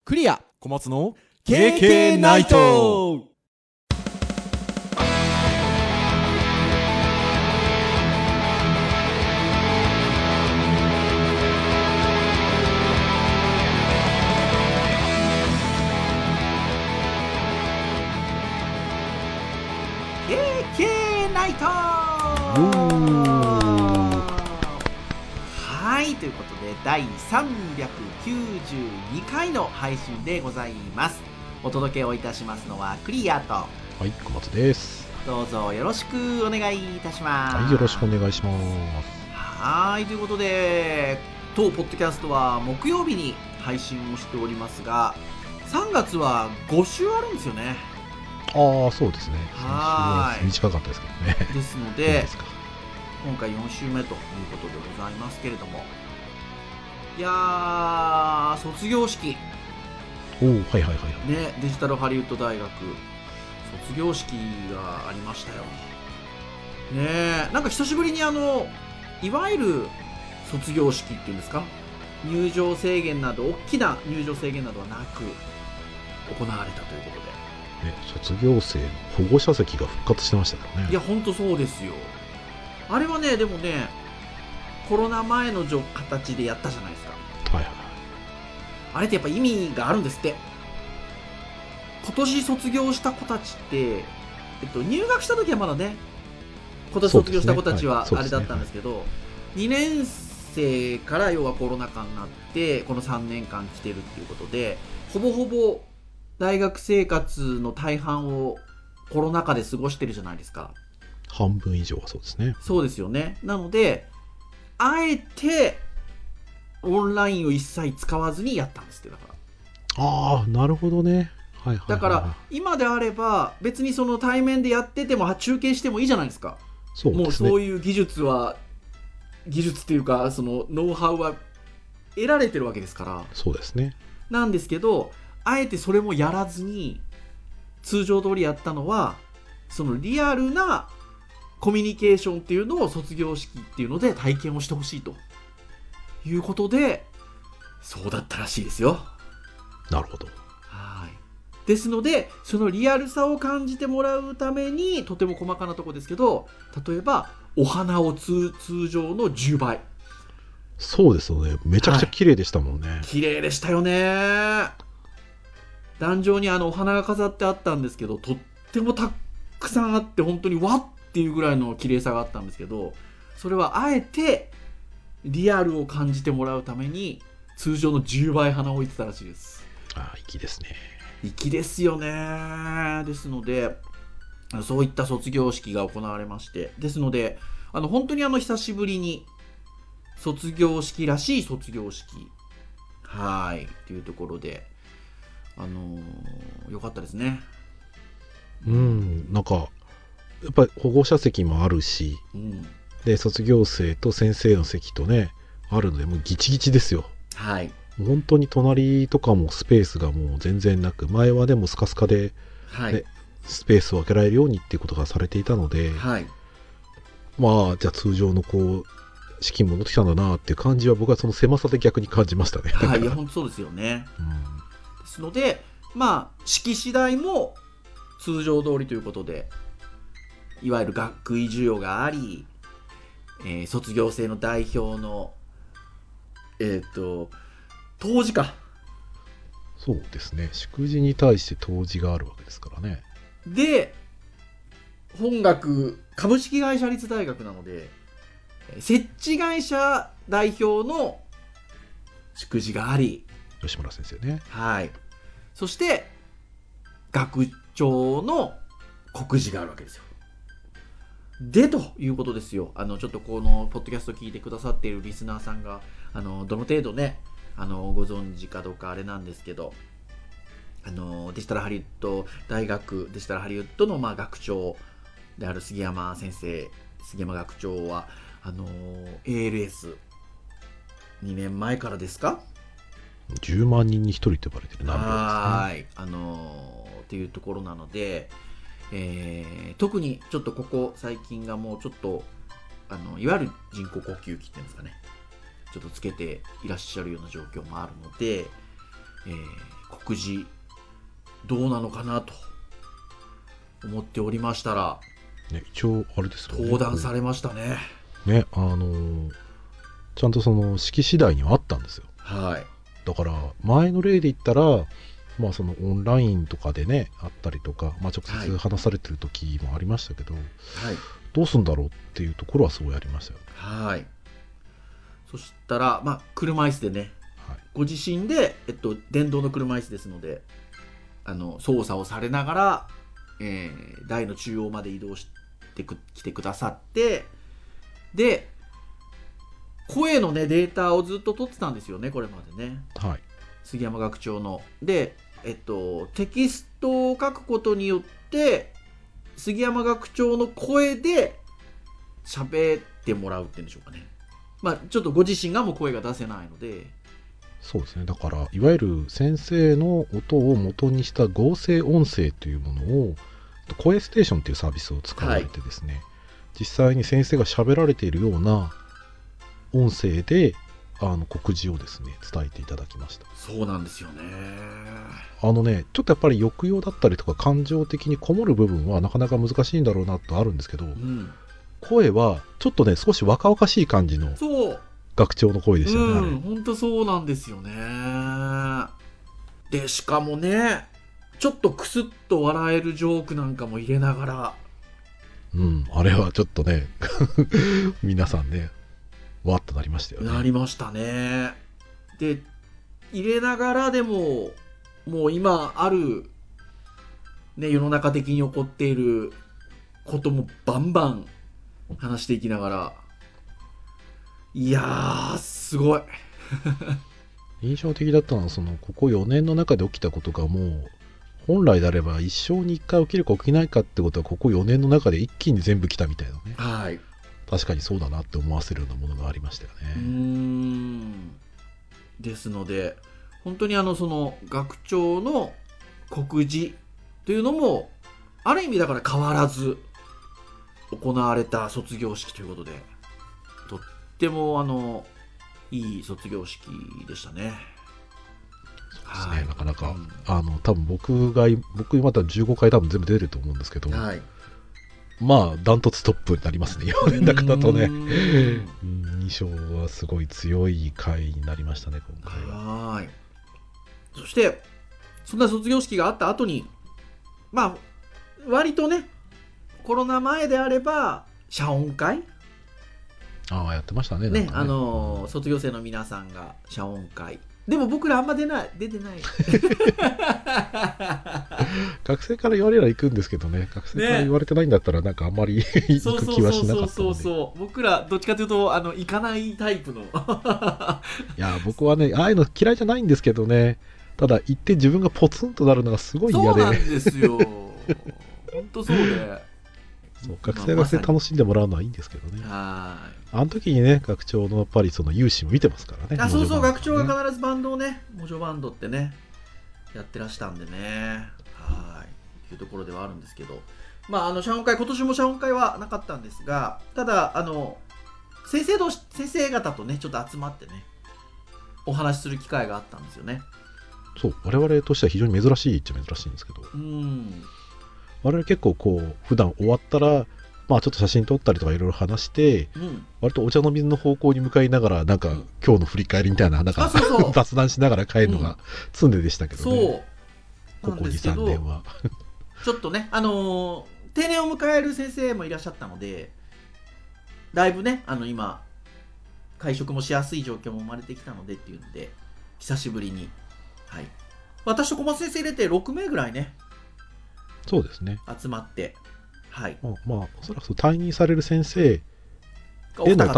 クリア小松の KK ナイト。 KK ナイト。はい、ということで第392回の配信でございます。お届けをいたしますのはクリアと、 はい、小松です。 どうぞよろしくお願いいたします。 はい、よろしくお願いします。 はい、ということで当ポッドキャストは木曜日に配信をしておりますが、3月は5週あるんですよね。 ああ、そうですね。 はい、 短かったですけどね。 ですのでですか。 今回4週目ということでございますけれども、いやー、卒業式おお、はいはいはい。 ね、デジタルハリウッド大学卒業式がありましたよね。なんか久しぶりにいわゆる卒業式っていうんですか、入場制限など大きな入場制限などはなく行われたということで、 卒業生の保護者席が復活してましたからね。 いやほんとそうですよ。あれはね、でもね、コロナ前の形でやったじゃないですか。 はいはい。 あれってやっぱ意味があるんですって。今年卒業した子たちって、入学した時はまだね、今年卒業した子たちはあれだったんですけど、2年生から要はコロナ禍になってこの3年間来てるっていうことで、ほぼほぼ大学生活の大半をコロナ禍で過ごしてるじゃないですか。 半分以上はそうですね。 そうですよね。なのであえてオンラインを一切使わずにやったんですって。だからああ、なるほどね。はいはいはいはい。 だから今であれば別にその対面でやってても中継してもいいじゃないですか。 そうですね。 もうそういう技術っていうか、そのノウハウは得られてるわけですから。 そうですね。 なんですけど、あえてそれもやらずに通常通りやったのは、そのリアルなコミュニケーションっていうのを卒業式っていうので体験をしてほしいということで、そうだったらしいですよ。 なるほど。 はい。ですのでそのリアルさを感じてもらうために、とても細かなとこですけど、例えばお花を通常の10倍。 そうですよね。めちゃくちゃ綺麗でしたもんね。はい、 綺麗でしたよね。壇上にお花が飾ってあったんですけど、とってもたくさんあって、本当にわっていうぐらいの綺麗さがあったんですけど、それはあえてリアルを感じてもらうために通常の10倍花を置いてたらしいです。 ああ、粋ですね。 粋ですよね。ですのでそういった卒業式が行われまして、ですので本当に久しぶりに卒業式らしい卒業式、はいっていうところで良かったですね。 なんかやっぱり保護者席もあるし、で卒業生と先生の席とねあるので、もうギチギチですよ。 はい。 本当に隣とかもスペースがもう全然なく、前はでもスカスカで、 はい、 スペースを空けられるようにっていうことがされていたので、 はい、 まあじゃあ通常のこう式戻ってきたんだなっていう感じは、僕はその狭さで逆に感じましたね。 はい、いや本当そうですよね。ですのでまあ式次第も通常通りということで、いわゆる学位授与があり、卒業生の代表の答辞か。 そうですね。祝辞に対して答辞があるわけですからね。 で本学株式会社立大学なので、設置会社代表の祝辞があり、 吉村先生ね。 はい。そして学長の告示があるわけですよ。でということですよ。ちょっとこのポッドキャスト聞いてくださっているリスナーさんがどの程度ねご存知かどうかあれなんですけど、デジタルハリウッド大学デジタルハリウッドの学長である杉山学長はALS2 年前からですか、 10万人に1人と呼ばれてる難病ですね。 はい、っていうところなので、特にちょっとここ最近がもうちょっといわゆる人工呼吸器っていうんですかね、ちょっとつけていらっしゃるような状況もあるので、 告示どうなのかなと思っておりましたら、 ね、一応あれですよね、 登壇されましたね。 ね、ちゃんとその式次第にはあったんですよ。 はい。 だから前の例で言ったら、まあそのオンラインとかでねあったりとか、まあ、直接話されてる時もありましたけど、 はい、 どうすんだろうっていうところはすごいありましたよ。 はい。そしたら、まあ、車椅子でね、はい、ご自身で、電動の車椅子ですので、操作をされながら、台の中央まで移動してきてくださって、で声のねデータをずっと取ってたんですよね、これまでね。 はい。 杉山学長ので、テキストを書くことによって杉山学長の声で喋ってもらうっていうんでしょうかね。まあちょっとご自身がもう声が出せないので。 そうですね。だからいわゆる先生の音を元にした合成音声というものを声ステーションというサービスを使われてですね、はい、実際に先生が喋られているような音声で告示をですね伝えていただきました。 そうなんですよね。 ちょっとやっぱり抑揚だったりとか感情的にこもる部分はなかなか難しいんだろうなとあるんですけど、うん、声はちょっとね少し若々しい感じの学長の声でしたよね。 本当そうなんですよね。でしかもねちょっとクスッと笑えるジョークなんかも入れながら、 あれはちょっとね皆さんねわっとなりましたよね。 なりましたね。で入れながらでももう今ある、ね、世の中的に起こっていることもバンバン話していきながら、いやーすごい印象的だったのはここ4年の中で起きたことがもう本来であれば一生に1回起きるか起きないかってことはここ4年の中で一気に全部来たみたいなね、 はい、 確かにそうだなって思わせるようなものがありましたよね。 ですので本当にその学長の告示というのもある意味だから変わらず行われた卒業式ということで、とってもいい卒業式でしたね。 そうですね、はい、なかなか、多分僕また15回多分全部出ると思うんですけど、はい、まあダントツトップになりますね4年だからとね印象はすごい強い回になりましたね今回は。 はい。そしてそんな卒業式があった後にまあ割とねコロナ前であれば謝恩会やってましたね。 ね、卒業生の皆さんが謝恩会でも僕らあんま出てない学生から言われれば行くんですけどね、学生から言われてないんだったらなんかあんまり行く気はしなかったので。 そう僕らどっちかというと行かないタイプのいや僕はねああいうの嫌いじゃないんですけどね、ただ行って自分がポツンとなるのがすごい嫌で。 そうなんですよ本当そうでそう学生楽しんでもらうのはいいんですけどね。あの時にね学長のやっぱりその有志も見てますからね。 そう学長が必ずバンドをねモジョバンドってねやってらしたんでね、というところではあるんですけど、まあ謝恩会今年も謝恩会はなかったんですが、ただ先生方とねちょっと集まってねお話しする機会があったんですよね。 そう我々としては非常に珍しいっちゃ珍しいんですけど、我々結構こう普段終わったらまあちょっと写真撮ったりとかいろいろ話して、割とお茶の水の方向に向かいながらなんか、今日の振り返りみたいなそう雑談しながら帰るのが常でしたけどね、ここ 2,3 年はちょっとね定年を迎える先生もいらっしゃったのでだいぶね今会食もしやすい状況も生まれてきたのでっていうんで久しぶりに、私と小松先生入れて6名ぐらいねそうですね集まって、まあおそらく退任される先生への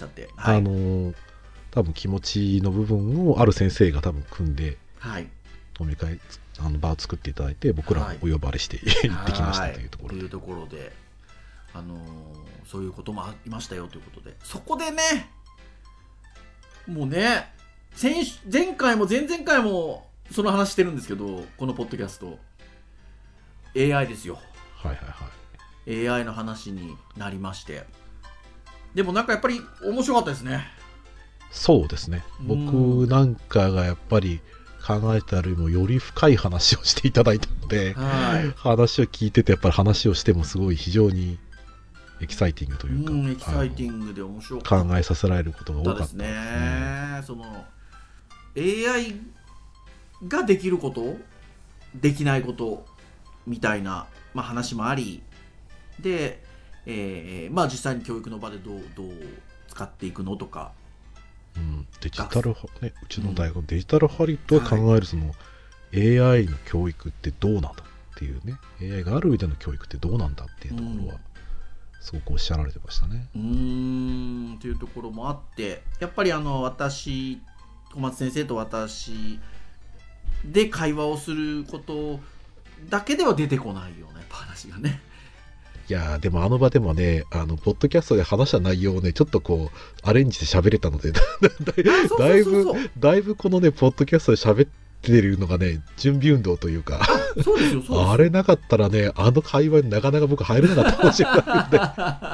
多分気持ちの部分をある先生が多分組んで、飲み会場を作っていただいて僕らもお呼ばれして行ってきましたというところで、 というところでそういうこともありましたよということで、そこでねもうね前回も前々回もその話してるんですけど、このポッドキャスト AI ですよ。AI の話になりまして、でもなんかやっぱり面白かったですね。 そうですね、僕なんかがやっぱり考えたよりもより深い話をしていただいたので、 はい、 話を聞いててやっぱり話をしてもすごい非常にエキサイティングというか、 エキサイティングで面白かった考えさせられることが多かったですね。その AI ができることできないことみたいな、話もありで、実際に教育の場でどう使っていくのとか、 デジタル、ね、うちの大学のデジタルハリウッドが考えるその AI の教育ってどうなんだっていうね、 AI がある上での教育ってどうなんだっていうところはすごくおっしゃられてましたね。 というところもあって、やっぱり私、小松先生と私で会話をすることだけでは出てこないよね、やっぱ話がね。 いやでもあの場でもね、ポッドキャストで話した内容をねちょっとこうアレンジして喋れたのでだいぶこのねポッドキャストで喋ってるのがね準備運動というか、 そうですよ、そうですよ。 あれなかったらねあの会話になかなか僕入れなかったかもしれないんで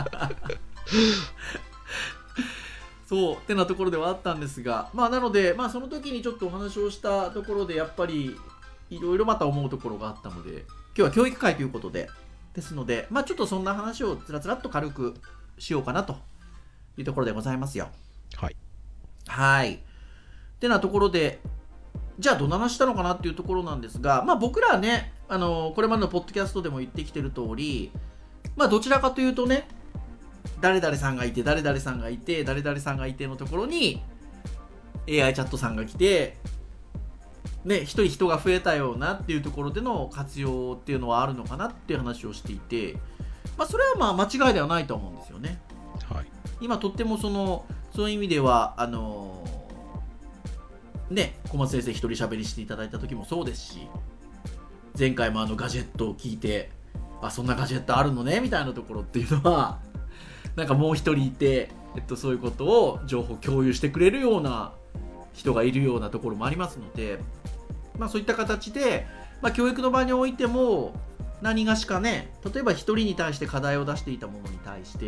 そうってなところではあったんですが、なので、その時にちょっとお話をしたところでやっぱりいろいろまた思うところがあったので、今日は教育会ということでですので、ちょっとそんな話をつらつらっと軽くしようかなというところでございますよ。 はいはいってなところで、じゃあどんな話したのかなっていうところなんですが、僕らはね、これまでのポッドキャストでも言ってきてる通り、どちらかというとね、誰々さんがいて誰々さんがいて誰々さんがいてのところに AI チャットさんが来てね、一人人が増えたようなっていうところでの活用っていうのはあるのかなっていう話をしていて、それは間違いではないと思うんですよね。 はい、 今とってもそういう意味では小松先生一人喋りしていただいた時もそうですし、前回もガジェットを聞いて、そんなガジェットあるのねみたいなところっていうのはなんかもう一人いて、そういうことを情報共有してくれるような人がいるようなところもありますので、そういった形で、教育の場においても何がしかね、例えば一人に対して課題を出していたものに対して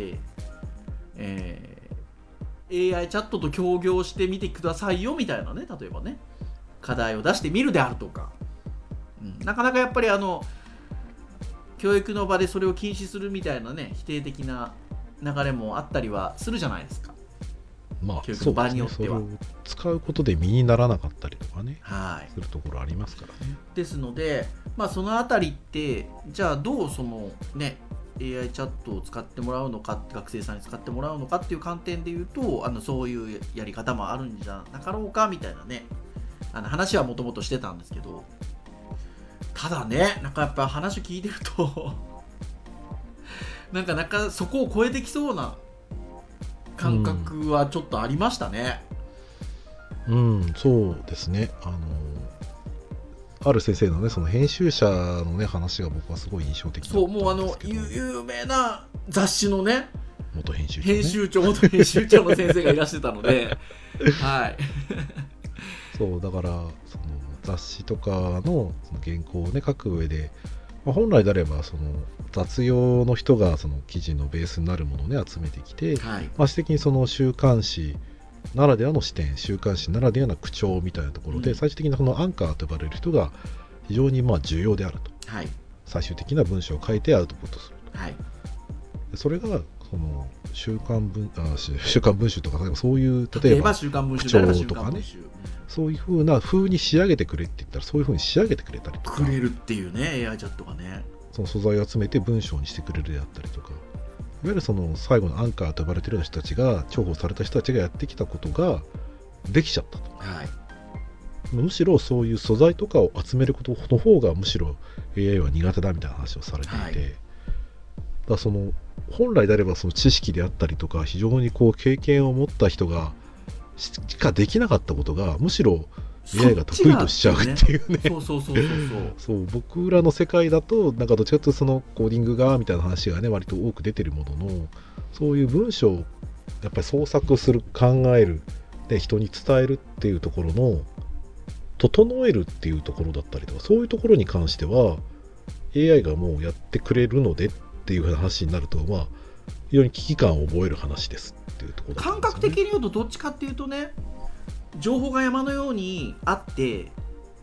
、AI チャットと協業してみてくださいよみたいなね、例えばね課題を出してみるであるとか、なかなかやっぱり教育の場でそれを禁止するみたいなね否定的な流れもあったりはするじゃないですか。教育の場によっては、 それを使うことで身にならなかったりとかね、 はいするところありますからね。 ですので、そのあたりってじゃあどうそのね AI チャットを使ってもらうのか、学生さんに使ってもらうのかっていう観点で言うと、そういうやり方もあるんじゃなかろうかみたいなね話はもともとしてたんですけど、ただね、なんかやっぱ話聞いてるとなんかそこを超えてきそうな感覚はちょっとありましたね。 そうですね。ある先生のね、その編集者のね話が僕はすごい印象的だったんですけど、 もう有名な雑誌のね元編集長、 元編集長の先生がいらしてたのではいそうだからその雑誌とかのその原稿をね書く上で、本来であればその雑用の人がその記事のベースになるものをね集めてきて、私的にその週刊誌ならではの視点、週刊誌ならではの口調みたいなところで、最終的なそのアンカーと呼ばれる人が非常に重要であると、最終的な文章を書いてアウトプットすると、それがその週刊文集とかそういう例えば週刊文集口調とかね、そういう風に仕上げてくれって言ったらそういう風に仕上げてくれたりとか、 くれるっていうね AI チャットがね、 その素材を集めて文章にしてくれるであったりとか、いわゆるその最後のアンカーと呼ばれている人たちが重宝された人たちがやってきたことができちゃったと、むしろそういう素材とかを集めることの方がむしろ AI は苦手だみたいな話をされていて、だからその本来であればその知識であったりとか非常にこう経験を持った人がしかできなかったことがむしろ AI が得意としちゃうっていうね。そう僕らの世界だとなんかどっちかというとそのコーディングがみたいな話がね割と多く出てるものの、そういう文章をやっぱり創作する、考えるで人に伝えるっていうところの整えるっていうところだったりとか、そういうところに関しては AI がもうやってくれるのでっていう話になると、非常に危機感を覚える話ですっていうところだったんですよね。 感覚的に言うとどっちかっていうとね、情報が山のようにあって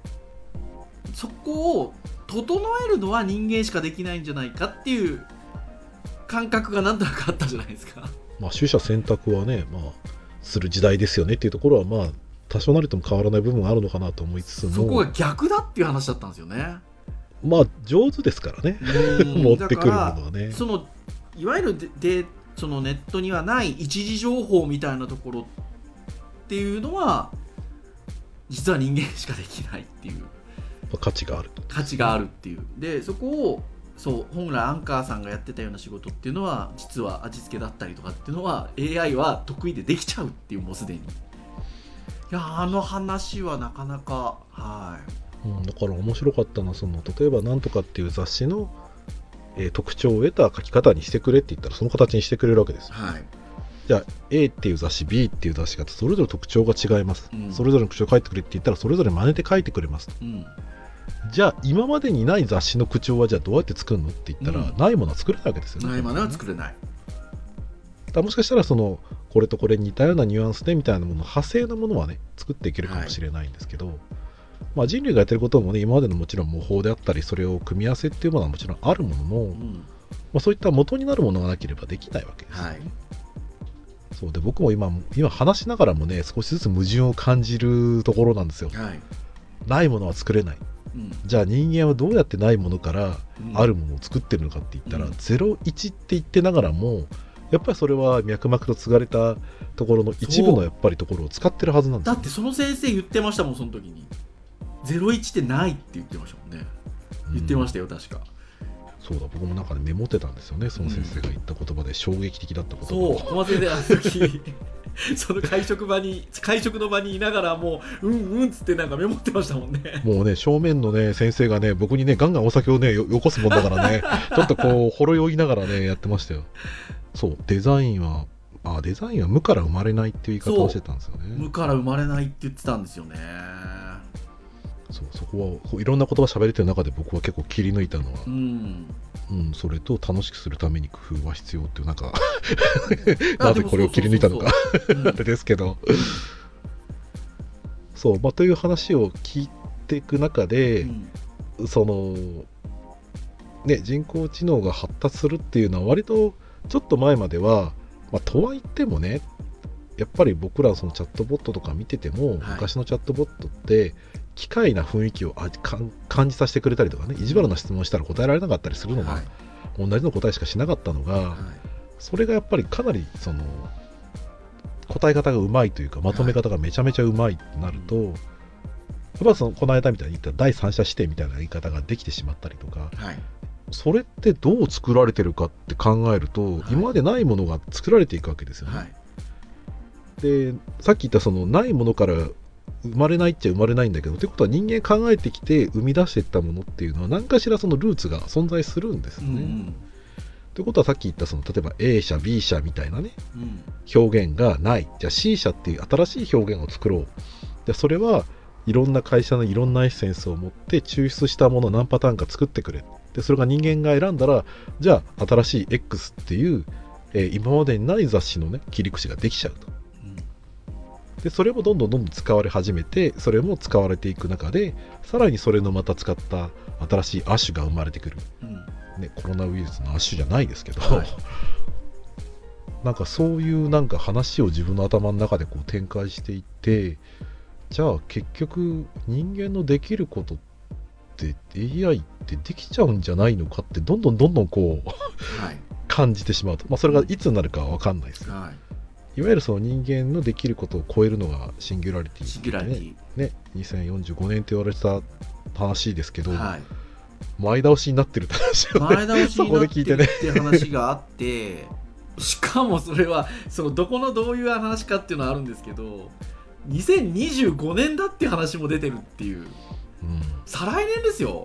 そこを整えるのは人間しかできないんじゃないかっていう感覚がなんとなくあったじゃないですか。 まあ取捨選択はね、まあ、する時代ですよねっていうところはまあ多少なりとも変わらない部分があるのかなと思いつつも、 そこが逆だっていう話だったんですよね。 まあ上手ですからね持ってくるものはね。 そのいわゆるそのネットにはない一時情報みたいなところっていうのは実は人間しかできないっていう、 価値があると。 価値があるっていう。でそこをそう本来アンカーさんがやってたような仕事っていうのは実は味付けだったりとかっていうのは AI は得意でできちゃうっていう、もうすでに。いやあの話はなかなか、はい、 だから面白かったのは、その例えばなんとかっていう雑誌の、特徴を得た書き方にしてくれって言ったらその形にしてくれるわけですよ、 はい、 じゃあ A っていう雑誌 B っていう雑誌がそれぞれ特徴が違います、それぞれの口調を書いてくれって言ったらそれぞれ真似て書いてくれますと、じゃあ今までにない雑誌の口調はじゃあどうやって作るのって言ったら、ないものは作れないわけですよね。 ないものは作れない。 だもしかしたらそのこれとこれに似たようなニュアンスでみたいなもの派生なものはね作っていけるかもしれないんですけど、まあ、人類がやってることもね今までのもちろん模倣であったりそれを組み合わせっていうものはもちろんあるものの、まあ、そういった元になるものがなければできないわけですよね、そうで僕も今話しながらもね少しずつ矛盾を感じるところなんですよ、ないものは作れない、じゃあ人間はどうやってないものからあるものを作ってるのかって言ったら、01って言ってながらもやっぱりそれは脈々と継がれたところの一部のやっぱりところを使ってるはずなんですよ。 だってその先生言ってましたもん、その時に01ってないって言ってましたもんね。言ってましたよ確か。 そうだ、僕もなんかねメモってたんですよね、その先生が言った言葉で衝撃的だった言葉。 そう小松先生あの時その会食の場にいながらもううんっつってなんかメモってましたもんね。 もうね正面のね先生がね僕にねガンガンお酒をねよこすもんだからねちょっとこうほろ酔いながらねやってましたよ。そうデザインは無から生まれないっていう言い方をしてたんですよね。 無から生まれないって言ってたんですよね。 そこはいろんな言葉喋れてる中で僕は結構切り抜いたのは、それと楽しくするために工夫は必要っていうなんかなぜこれを切り抜いたのかあれですけどそう、まあ、という話を聞いていく中で、そのね人工知能が発達するっていうのは割とちょっと前までは、まあ、とはいってもねやっぱり僕らそのチャットボットとか見てても、昔のチャットボットって機械な雰囲気を感じさせてくれたりとかね、意地悪な質問したら答えられなかったりするのが、同じの答えしかしなかったのが、それがやっぱりかなりその答え方がうまいというかまとめ方がめちゃめちゃうまいってなると、やっぱそのこの間みたいに言った第三者視点みたいな言い方ができてしまったりとか、それってどう作られてるかって考えると、今までないものが作られていくわけですよね。でさっき言ったそのないものから生まれないっちゃ生まれないんだけど、ということは人間考えてきて生み出していったものっていうのは何かしらそのルーツが存在するんですよね。ということはさっき言ったその例えば A 社 B 社みたいなね、表現がない、じゃあ C 社っていう新しい表現を作ろう、でそれはいろんな会社のいろんなエッセンスを持って抽出したものを何パターンか作ってくれ、でそれが人間が選んだらじゃあ新しい X っていう、今までにない雑誌のね切り口ができちゃうと。でそれもどんどん使われ始めて、それも使われていく中でさらにそれのまた使った新しい亜種が生まれてくる、コロナウイルスの亜種じゃないですけど、なんかそういうなんか話を自分の頭の中でこう展開していって、じゃあ結局人間のできることって AI ってできちゃうんじゃないのかってどんどんこう、感じてしまうと、それがいつになるかは分かんないですよ、いわゆるその人間のできることを超えるのがシンギュラリティ、ね、2045年と言われてた話ですけど、前倒しになってるって話を、 前倒しになってるっていう話があってしかもそれはそのどこのどういう話かっていうのはあるんですけど、2025年だっていう話も出てるっていう、再来年ですよ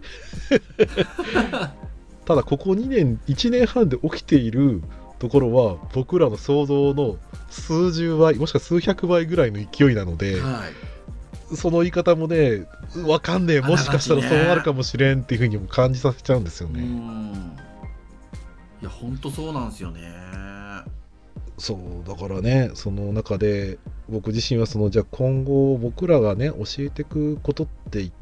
ただここ1年半で起きているところは僕らの想像の数十倍もしくは数百倍ぐらいの勢いなので、その言い方もね分かんねえ、もしかしたらそうなるかもしれんっていうふうにも感じさせちゃうんですよね。 いや本当そうなんですよね。 そうだからね、その中で僕自身はじゃあ今後僕らがね教えていくことって一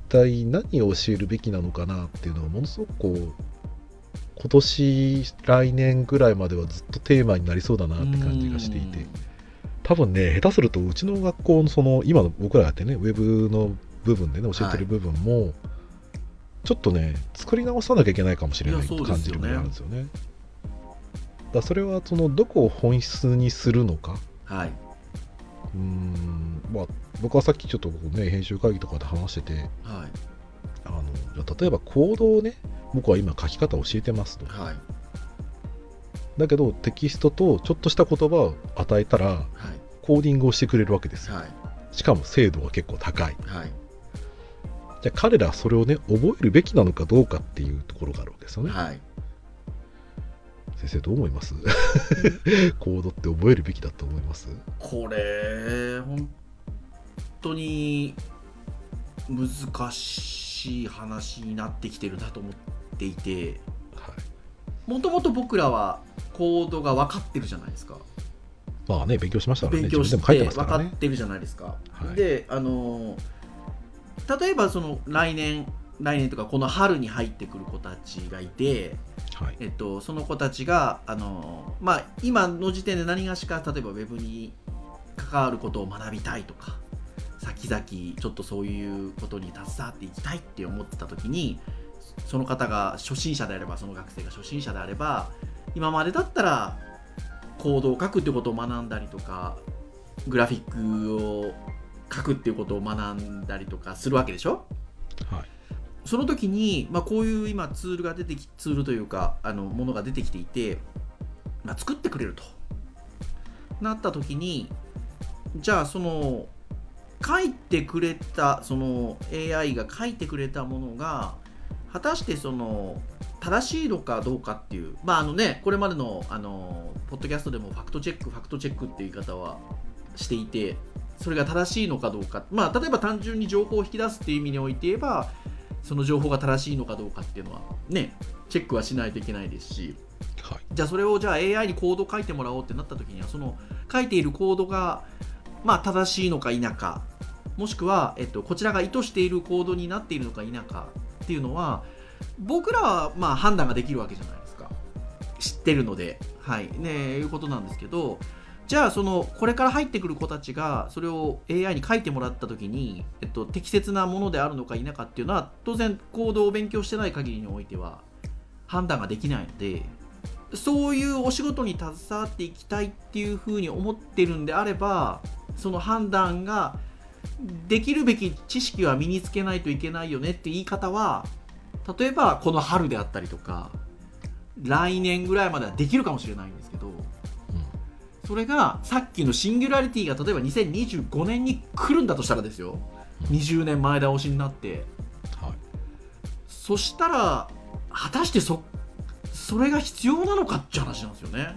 体何を教えるべきなのかなっていうのがものすごくこう今年来年ぐらいまではずっとテーマになりそうだなって感じがしていて、多分ね下手するとうちの学校のその今の僕らがやってねウェブの部分でね教えてる部分も、ちょっとね作り直さなきゃいけないかもしれないって感じる部分があるんですよね。だそれはそのどこを本質にするのか、 はい、 まあ、僕はさっきちょっとね編集会議とかで話してて、 はい、 じゃあ例えばコードをね僕は今書き方を教えてますと、 はい、 だけどテキストとちょっとした言葉を与えたら、はい、コーディングをしてくれるわけですよ、はい、しかも精度が結構高い、はい、じゃあ彼らはそれをね覚えるべきなのかどうかっていうところがあるわけですよね、はい、先生どう思いますコードって覚えるべきだと思います？これ本当に難しい話になってきてるなと思っていて、もともと僕らはコードが分かってるじゃないですか。 まあね勉強しましたからね。 勉強して分かってるじゃないですか、はい、で例えばその来年とかこの春に入ってくる子たちがいて、はい、その子たちがまあ、今の時点で何がしか例えばウェブに関わることを学びたいとか先々ちょっとそういうことに携わっていきたいって思ってた時に、その方が初心者であればその学生が初心者であれば今までだったらコードを書くってことを学んだりとかグラフィックを書くっていうことを学んだりとかするわけでしょ、はい、その時に、まあ、こういう今ツールというかものが出てきていて、まあ、作ってくれるとなった時に、じゃあその書いてくれたその AI が書いてくれたものが果たしてその正しいのかどうかっていう、まあこれまでのポッドキャストでもファクトチェックっていう言い方はしていて、それが正しいのかどうか、まあ例えば単純に情報を引き出すっていう意味において言えばその情報が正しいのかどうかっていうのはねチェックはしないといけないですし、はい、じゃあそれをAI にコードを書いてもらおうってなった時にはその書いているコードがまあ正しいのか否か、もしくは、こちらが意図しているコードになっているのか否かっていうのは僕らはまあ判断ができるわけじゃないですか、知ってるので、はいねいうことなんですけど、じゃあそのこれから入ってくる子たちがそれを AI に書いてもらった時に、適切なものであるのか否かっていうのは当然コードを勉強してない限りにおいては判断ができないので、そういうお仕事に携わっていきたいっていうふうに思ってるんであれば、その判断ができるべき知識は身につけないといけないよねって言い方は例えばこの春であったりとか来年ぐらいまではできるかもしれないんですけど、それがさっきのシンギュラリティが例えば2025年に来るんだとしたらですよ、20年前倒しになって、はい、そしたら果たしてそれが必要なのかって話なんですよね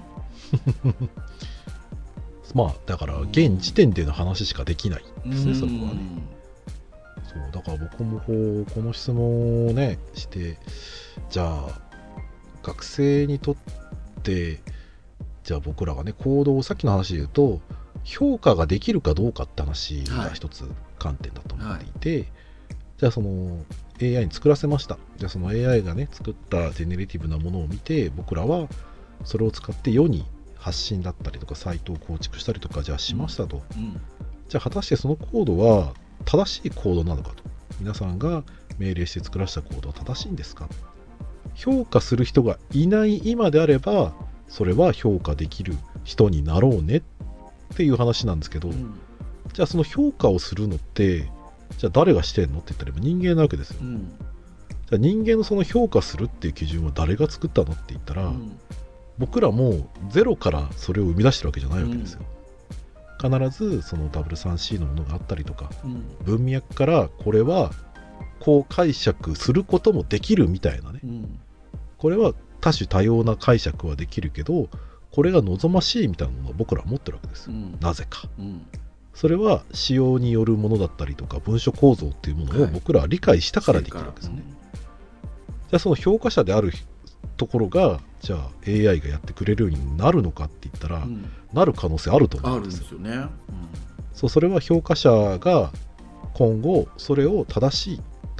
まあだから現時点での話しかできないですね、そこはね。そうだから僕もこの質問をねしてじゃあ学生にとってじゃあ僕らがね行動をさっきの話で言うと評価ができるかどうかって話が一つ観点だと思っていて、はい、じゃあその AI に作らせました。じゃあその AI がね作ったジェネレティブなものを見て僕らはそれを使って世に発信だったりとかサイトを構築したりとかじゃあしましたと、じゃあ果たしてそのコードは正しいコードなのかと、皆さんが命令して作らせたコードは正しいんですか、評価する人がいない今であればそれは評価できる人になろうねっていう話なんですけど、じゃあその評価をするのってじゃあ誰がしてんのって言ったら人間なわけですよ、じゃあ人間のその評価するっていう基準は誰が作ったのって言ったら、僕らもゼロからそれを生み出してるわけじゃないわけですよ、必ずその W3C のものがあったりとか、文脈からこれはこう解釈することもできるみたいなね、これは多種多様な解釈はできるけどこれが望ましいみたいなものを僕らは持ってるわけです、なぜか、それは仕様によるものだったりとか文書構造っていうものを僕らは理解したからできるわけですね、じゃあその評価者であるところがじゃあ AI がやってくれるようになるのかって言ったら、なる可能性あると思うんですよ。そう、それは評価者が今後それを正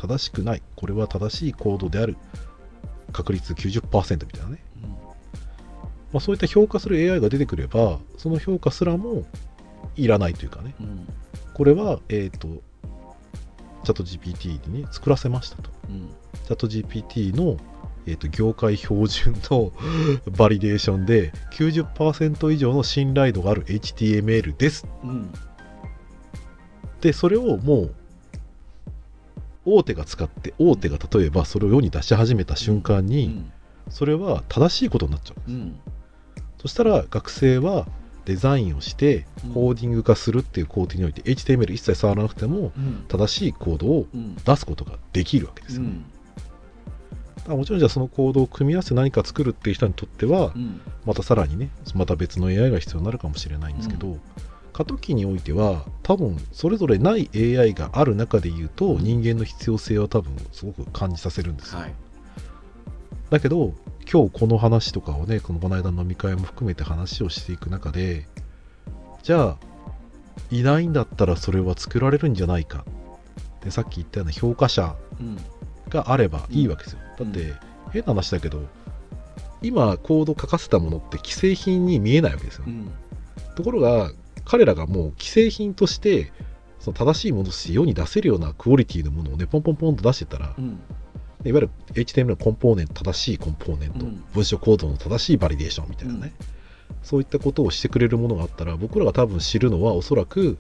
正しくない、これは正しいコードである確率 90% みたいなね、そういった評価する AI が出てくれば、その評価すらもいらないというかね、これはチャット GPT にね作らせましたと、チャット GPT の業界標準のバリデーションで 90% 以上の信頼度がある HTML です、でそれをもう大手が使って、大手が例えばそれを世に出し始めた瞬間に、それは正しいことになっちゃうんです、そしたら学生はデザインをしてコーディング化するっていう工程において HTML 一切触らなくても正しいコードを出すことができるわけですよね、もちろんじゃあそのコードを組み合わせて何か作るっていう人にとっては、またさらにねまた別の AI が必要になるかもしれないんですけど、過渡期においては多分それぞれない AI がある中で言うと人間の必要性は多分すごく感じさせるんですよ、だけど今日この話とかをねこの間の飲み会も含めて話をしていく中で、じゃあいないんだったらそれは作られるんじゃないかで、さっき言ったような評価者があればいいわけですよ、だって変な話だけど今コード書かせたものって既製品に見えないわけですよ、ところが彼らがもう既製品としてその正しいものとして世に出せるようなクオリティのものをねポンポンポンと出してたら、いわゆる HTML のコンポーネント、正しいコンポーネント、文章コードの正しいバリデーションみたいなね、そういったことをしてくれるものがあったら、僕らが多分知るのはおそらく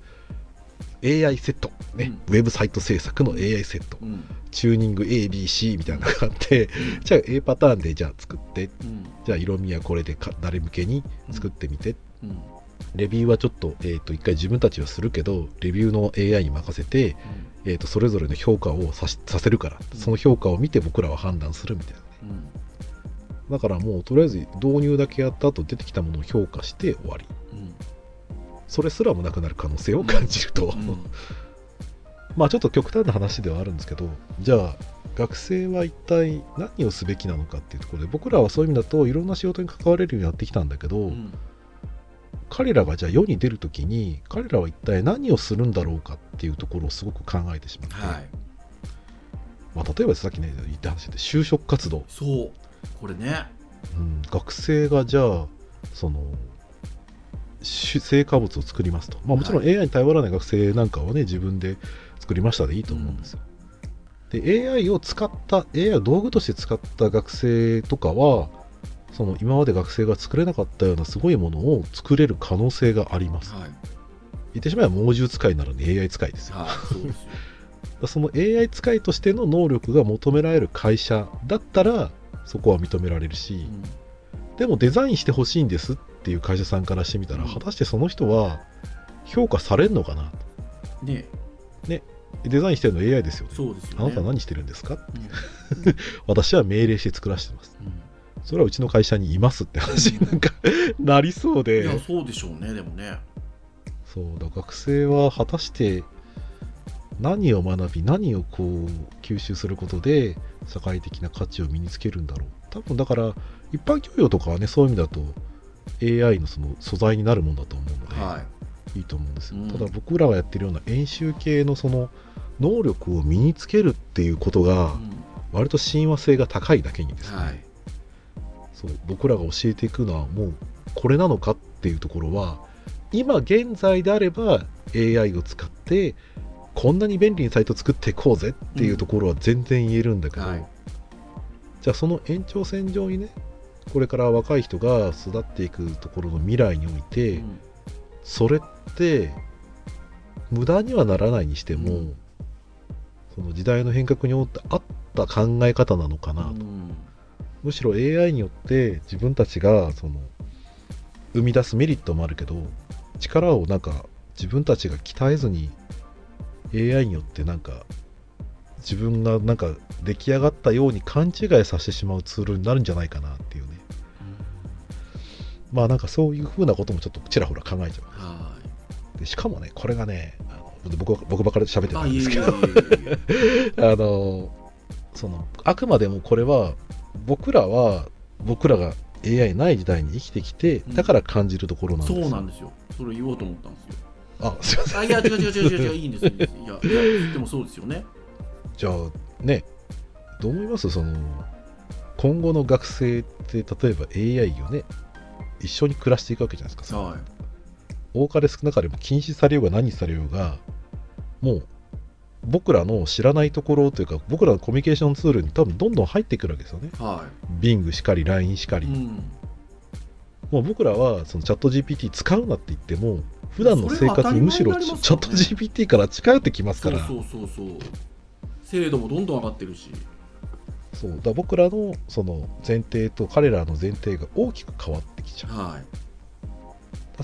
AI セット、ねウェブサイト制作の AI セット、チューニング ABC みたいなのがあって、じゃあ A パターンでじゃあ作って、じゃあ色味はこれで誰向けに作ってみて、レビューはちょっと、一回自分たちはするけどレビューの AI に任せて、それぞれの評価をさせるから、その評価を見て僕らは判断するみたいなね、だからもうとりあえず導入だけやった後出てきたものを評価して終わり、それすらもなくなる可能性を感じると、まあちょっと極端な話ではあるんですけど、じゃあ学生は一体何をすべきなのかっていうところで、僕らはそういう意味だといろんな仕事に関われるようになってきたんだけど、彼らがじゃあ世に出るときに彼らは一体何をするんだろうかっていうところをすごく考えてしまって、例えばさっきね言った話で就職活動、 そうこれね、 学生がじゃあその成果物を作りますと、もちろん AI に頼らない学生なんかはね自分で作りましたでいいと思うんですよ、で AI を使った AI を道具として使った学生とかはその今まで学生が作れなかったようなすごいものを作れる可能性があります、言ってしまえば猛獣使いならぬ AI 使いですよ、そうですよその AI 使いとしての能力が求められる会社だったらそこは認められるし、でもデザインしてほしいんですっていう会社さんからしてみたら、果たしてその人は評価されるのかなと、ねデザインしてるの AI ですよね、そうですよね、あなたは何してるんですかって、私は命令して作らせてます、それはうちの会社にいますって話になんかなりそうで、 いやそうでしょうね、でもね、 そうだ、学生は果たして何を学び何をこう吸収することで社会的な価値を身につけるんだろう。多分だから一般教養とかはね、そういう意味だと AI のその素材になるものだと思うので、いいと思うんですよ、ただ僕らがやってるような演習系のその能力を身につけるっていうことが割と親和性が高いだけにですね、そう僕らが教えていくのはもうこれなのかっていうところは、今現在であれば AI を使ってこんなに便利なサイト作っていこうぜっていうところは全然言えるんだけど、じゃあその延長線上にね、これから若い人が育っていくところの未来において、それって無駄にはならないにしても、その時代の変革によって合った考え方なのかなと、むしろ AI によって自分たちがその生み出すメリットもあるけど、力をなんか自分たちが鍛えずに AI によってなんか自分がなんか出来上がったように勘違いさせてしまうツールになるんじゃないかなっていうね、まあなんかそういうふうなこともちょっとちらほら考えちゃう。でしかもね、これがね、僕ばっかり喋ってたんですけどそのあくまでもこれは僕らが AI ない時代に生きてきてだから感じるところなんですよ、そうなんですよ、 それ言おうと思ったんですよ。 すいません、 いや違ういいんですいやでもそうですよね。 じゃあね、どう思います？今後の学生って例えば AI をね一緒に暮らしていくわけじゃないですか。はい、多かれ少なかれも禁止されようが何されようが、もう僕らの知らないところというか、僕らのコミュニケーションツールに多分どんどん入ってくるわけですよね。はい、Bing しかり LINE しかり、もう僕らはそのチャット GPT 使うなって言っても普段の生活にむしろチャット GPT から近寄ってきますから。 そう精度もどんどん上がってるし、 そうだ、僕らのその前提と彼らの前提が大きく変わってきちゃう。はい、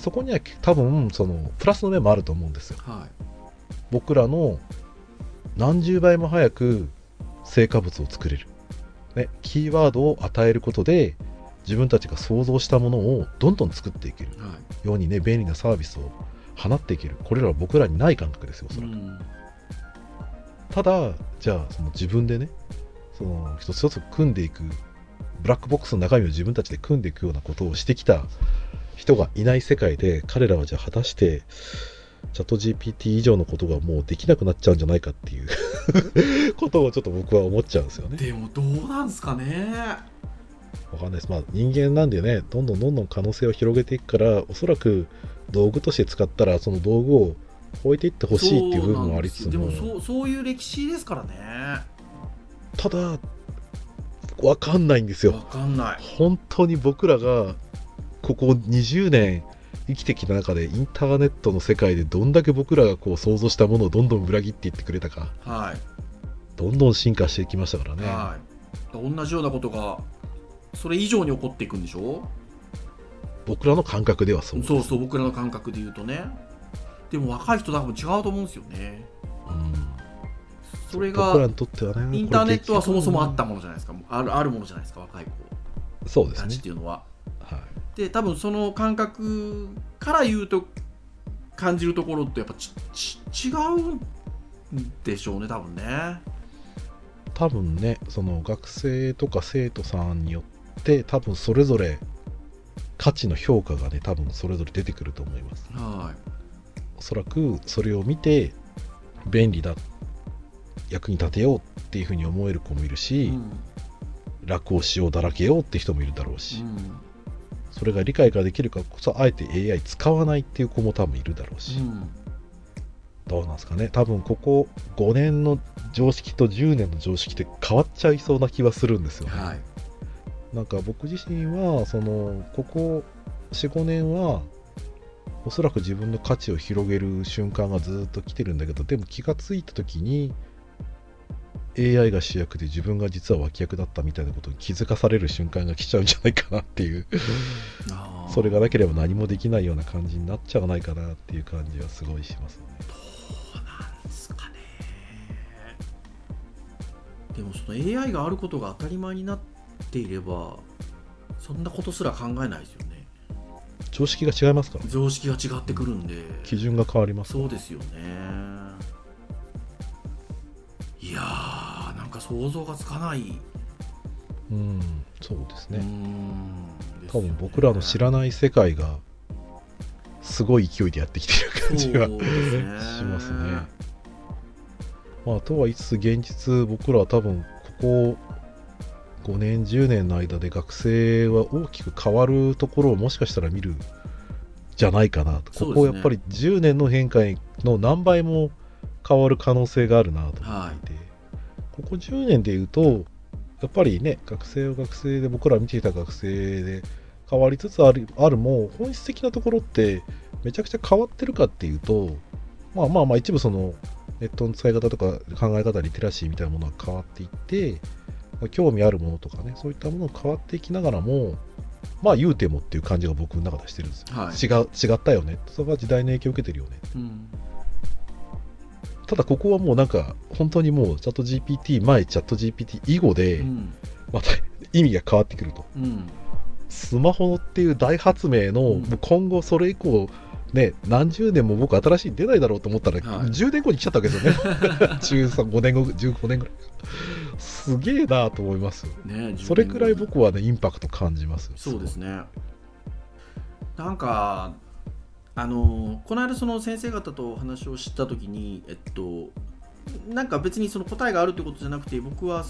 そこには多分そのプラスの面もあると思うんですよ。はい、僕らの何十倍も早く成果物を作れる、ね、キーワードを与えることで自分たちが想像したものをどんどん作っていけるようにね、便利なサービスを放っていける。これらは僕らにない感覚ですよ、おそらく。ただじゃあその自分でね、その一つ一つ組んでいく、ブラックボックスの中身を自分たちで組んでいくようなことをしてきた人がいない世界で、彼らはじゃあ果たしてチャット GPT 以上のことがもうできなくなっちゃうんじゃないかっていうことをちょっと僕は思っちゃうんですよね。 でもどうなんですかね。 わかんないです。まあ人間なんでね、どんどん可能性を広げていくから、おそらく道具として使ったらその道具を置いていってほしいっていう部分もありつつも、 でもそういう歴史ですからね。 ただわかんないんですよ。 わかんない。 本当に僕らがここ20年生きてきた中でインターネットの世界でどんだけ僕らがこう想像したものをどんどん裏切っていってくれたか、はい、どんどん進化していきましたからね。はい、 同じようなことがそれ以上に起こっていくんでしょ。 僕らの感覚ではそうです。 そう僕らの感覚で言うとね。でも若い人多分違うと思うんですよね。それが僕らにとってはね、 インターネットはそもそもあったものじゃないですか。あるものじゃないですか、若い子そうですねたちっていうのは。で多分その感覚から言うと感じるところってやっぱ違うんでしょうね、多分ね。 多分ね、その学生とか生徒さんによって多分それぞれ価値の評価がね、多分それぞれ出てくると思います。はい、おそらくそれを見て便利だ、役に立てようっていうふうに思える子もいるし、楽をしよう、だらけようって人もいるだろうし、それが理解ができるからこそあえて AI 使わないっていう子も多分いるだろうし、どうなんですかね。多分ここ5年の常識と10年の常識って変わっちゃいそうな気はするんですよね。はい、なんか僕自身はここ 4,5 年はおそらく自分の価値を広げる瞬間がずっと来てるんだけど、でも気がついた時に AI が主役で自分が実は脇役だったみたいなことに気づかされる瞬間が来ちゃうんじゃないかなっていうそれがなければ何もできないような感じになっちゃわないかなっていう感じはすごいしますね。 どうなんですかね。でもその AI があることが当たり前になっていればそんなことすら考えないですよね。 常識が違いますから、 常識が違ってくるんで、 基準が変わります。 そうですよね。いやー、なんか想像がつかない。 そうですね。多分僕らの知らない世界がすごい勢いでやってきてる感じがしますね。まあとは言いつつ現実、僕らは多分ここ5年10年の間で学生は大きく変わるところをもしかしたら見るじゃないかなと。ここやっぱり10年の変化の何倍も変わる可能性があるなと思っていて、ここ10年でいうとやっぱりね、学生は学生で僕ら見ていた学生で変わりつつあるも本質的なところってめちゃくちゃ変わってるかっていうと、まあ一部そのネットの使い方とか考え方、リテラシーみたいなものは変わっていって興味あるものとかね、そういったものが変わっていきながらも、まあ言うてもっていう感じが僕の中でしてるんですよ。はい、違ったよね、そこは時代の影響を受けてるよね、ただここはもうなんか本当にもうチャット GPT 前チャット GPT 以後でまた意味が変わってくると、スマホっていう大発明の、もう今後それ以降ね、何十年も僕新しい出ないだろうと思ったら、10年後に来ちゃったわけですよね5年後15年ぐらいすげえなと思いますよ、ね、それくらい僕はねインパクト感じます。 そうですね。なんかこの間その先生方とお話をした時になんか別にその答えがあるってことじゃなくて、僕は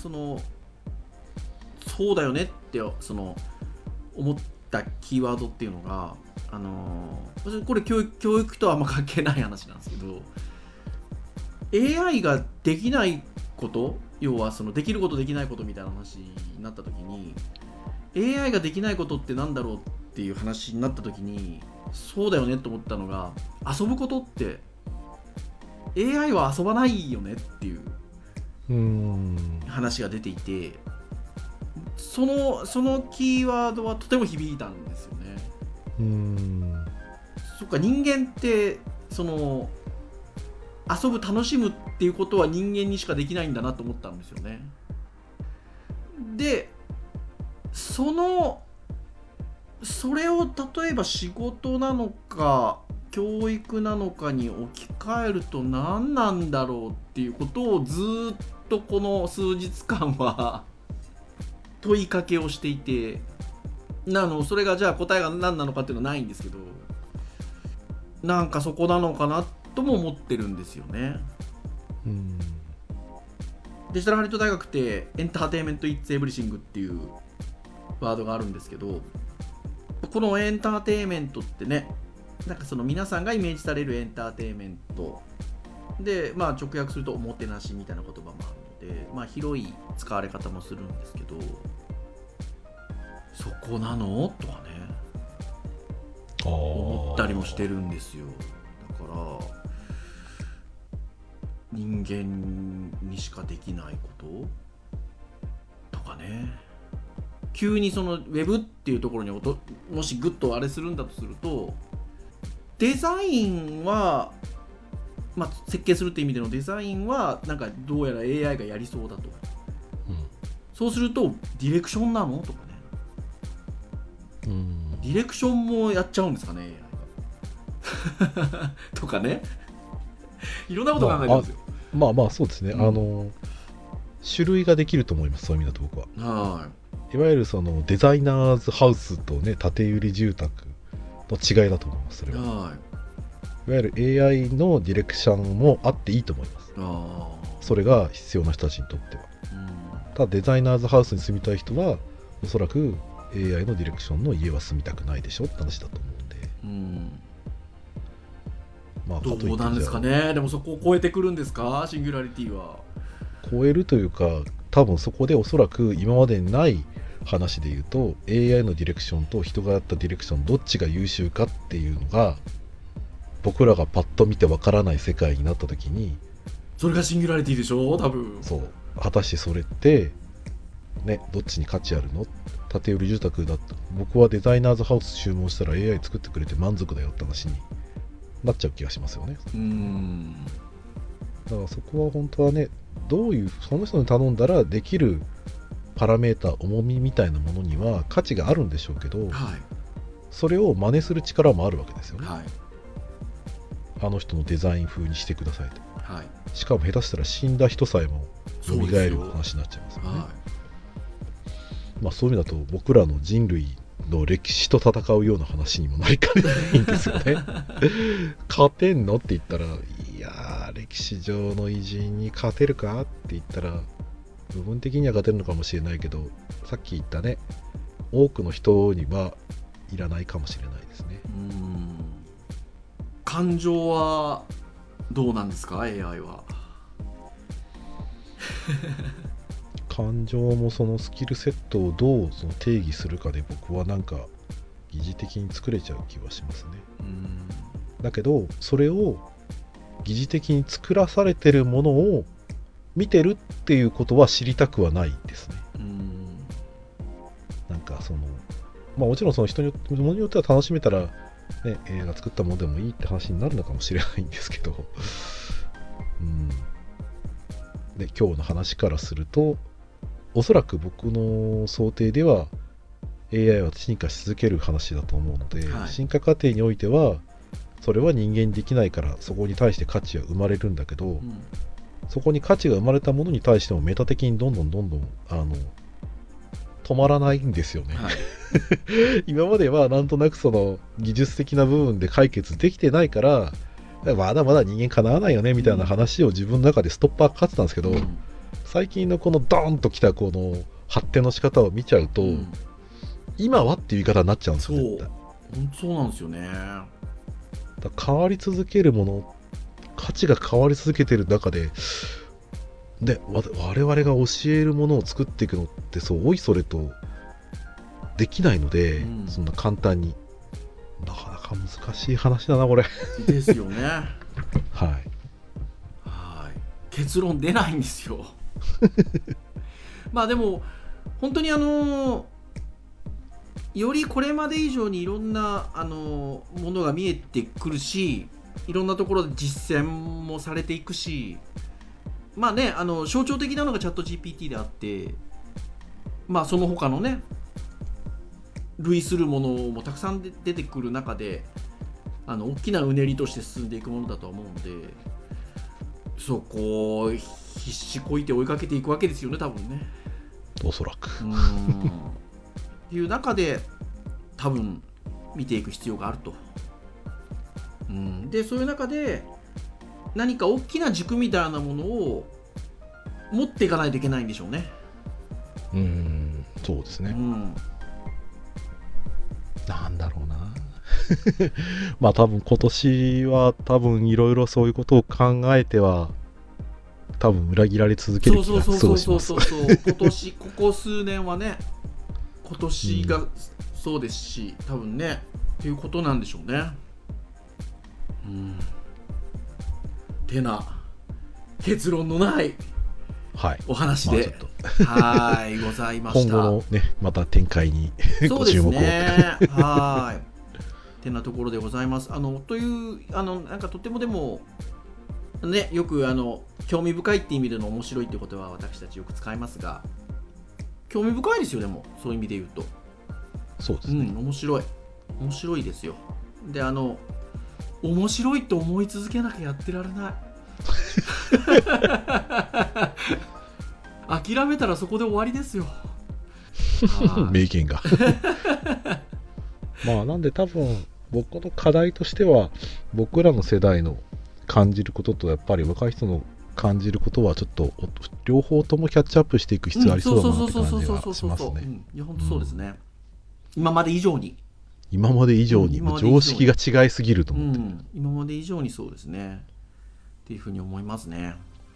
そうだよねって思ったキーワードっていうのが、これ教育とはあんま関係ない話なんですけど、 AI ができないこと、要はできることできないことみたいな話になった時に、 AI ができないことってなんだろうっていう話になった時に、そうだよねと思ったのが、遊ぶことって AI は遊ばないよねっていう話が出ていて、そのキーワードはとても響いたんですよね。そっか、人間って遊ぶ、楽しむっていうことは人間にしかできないんだなと思ったんですよね。でそれを例えば仕事なのか教育なのかに置き換えると何なんだろうっていうことをずっとこの数日間は問いかけをしていて、それがじゃあ答えが何なのかっていうのはないんですけど、なんかそこなのかなとも思ってるんですよね。デジタルハリウッド大学ってエンターテインメント・イッツ・エブリシングっていうワードがあるんですけど、このエンターテインメントってね、なんか皆さんがイメージされるエンターテインメントで、直訳するとおもてなしみたいな言葉もあるので、広い使われ方もするんですけど、そこなのとかね思ったりもしてるんですよ。だから人間にしかできないこととかね、急にウェブっていうところにもしグッとあれするんだとすると、デザインは、設計するって意味でのデザインはなんかどうやら AI がやりそうだと、そうするとディレクションなのとかね、ディレクションもやっちゃうんですかね AI がとかね、いろんなこと考えてますよ。 そうですね、種類ができると思います、そういう意味だと僕は。いわゆるデザイナーズハウスとね、建売り住宅の違いだと思います。それは、いわゆる AI のディレクションもあっていいと思います。それが必要な人たちにとっては。ただデザイナーズハウスに住みたい人はおそらく AI のディレクションの家は住みたくないでしょって話だと思うんで、 どうなんですかね。でもそこを超えてくるんですか、シンギュラリティは。 超えるというか、多分そこでおそらく今までにない話で言うと AI のディレクションと人がやったディレクションどっちが優秀かっていうのが僕らがパッと見てわからない世界になった時に、 それがシンギュラリティでしょ多分。 そう果たしてそれってね、どっちに価値あるの。建売り住宅だと僕はデザイナーズハウス注文したら AI 作ってくれて満足だよって話になっちゃう気がしますよね。だからそこは本当はね、どういうその人に頼んだらできるパラメータ重みみたいなものには価値があるんでしょうけど、それを真似する力もあるわけですよね。あの人のデザイン風にしてくださいと、しかも下手したら死んだ人さえも蘇る話になっちゃいますよね。そういう意味だと僕らの人類の歴史と戦うような話にもなりかねないんですよね。勝てんのって言ったら、いや歴史上の偉人に勝てるかって言ったら部分的には勝てるのかもしれないけど、さっき言ったね、多くの人にはいらないかもしれないですね。 感情はどうなんですか AI は。 感情もそのスキルセットをどうその定義するかで僕はなんか疑似的に作れちゃう気はしますね。だけどそれを疑似的に作らされてるものを見てるっていうことは知りたくはないですね。なんかもちろんその人によってものによっては楽しめたら、ね、映画作ったものでもいいって話になるのかもしれないんですけど、で今日の話からするとおそらく僕の想定では AI は進化し続ける話だと思うので、進化過程においてはそれは人間にできないからそこに対して価値は生まれるんだけど、そこに価値が生まれたものに対してもメタ的にどんどん止まらないんですよね。今まではなんとなくその技術的な部分で解決できてないからまだまだ人間かなわないよねみたいな話を自分の中でストッパーかかってたんですけど、最近のこのドーンときたこの発展の仕方を見ちゃうと、今はっていう言い方になっちゃうんですよ。 そうなんですよね。 だ変わり続けるもの、価値が変わり続けてる中で我々が教えるものを作っていくのっておいそれとできないので、そんな簡単になかなか難しい話だなこれですよねはい結論出ないんですよまあでも本当によりこれまで以上にいろんなものが見えてくるし、いろんなところで実践もされていくし、まあね、象徴的なのがチャット GPT であって、まあその他のね類するものもたくさん出てくる中で大きなうねりとして進んでいくものだとは思うので、そこを必死こいて追いかけていくわけですよね、多分ね。 おそらくっていう中で多分見ていく必要があると。でそういう中で何か大きな軸みたいなものを持っていかないといけないんでしょうね。 そうですね。なんだろうなまあ多分今年は多分いろいろそういうことを考えては多分裏切られ続ける気がすごいします。 今年ここ数年はね、今年がそうですし、多分ねっていうことなんでしょうね。てな結論のないお話で、ございました。 今後のねまた展開にご注目を。 てなところでございます。というなんかとてもでもね、よく興味深いって意味での面白いってことは私たちよく使いますが、興味深いですよ。でもそういう意味で言うとそうですね、 面白いですよ。で面白いと思い続けなきゃやってられない諦めたらそこで終わりですよ名言がまあなんで多分僕の課題としては、僕らの世代の感じることとやっぱり若い人の感じることはちょっと両方ともキャッチアップしていく必要ありそうだなって感じがしますね。 いや本当そうですね、今まで以上に常識が違いすぎると思って、 今まで以上にそうですねっていうふうに思いますね。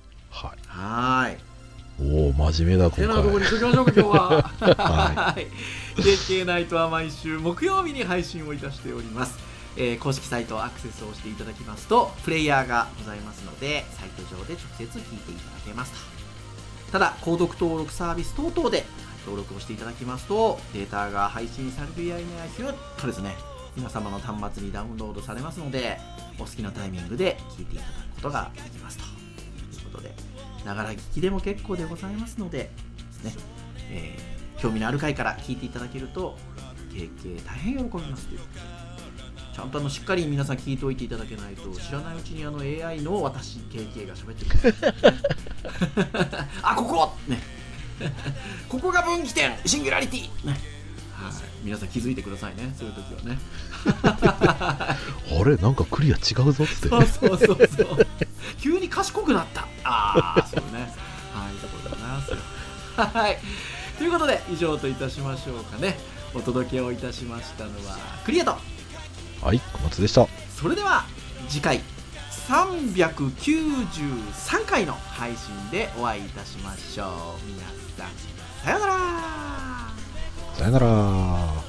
おお真面目だ今回。 てなところにしときましょうか今日はKK ナイトは毎週木曜日に配信をいたしております。公式サイトアクセスをしていただきますとプレイヤーがございますので、サイト上で直接聞いていただけますと。ただ購読登録サービス等々で登録をしていただきますと、データが配信されるやいなやひゅっとですね、皆様の端末にダウンロードされますので、お好きなタイミングで聞いていただくことができますということで、ながら聞きでも結構でございますのでですね、興味のある回から聞いていただけると KK 大変喜びますということで、ちゃんとしっかり皆さん聞いておいていただけないと、知らないうちにAI の私 KK が喋ってるんですあ、ここねここが分岐点シンギュラリティね、皆さん気づいてくださいね、そういう時はねあれなんかクリア違うぞって。 そう急に賢くなった。そうね、いいところでございますよということで以上といたしましょうかね。お届けをいたしましたのはクリエと小松でした。 それでは次回393回の配信でお会いいたしましょう。皆さんさようなら。 さよなら。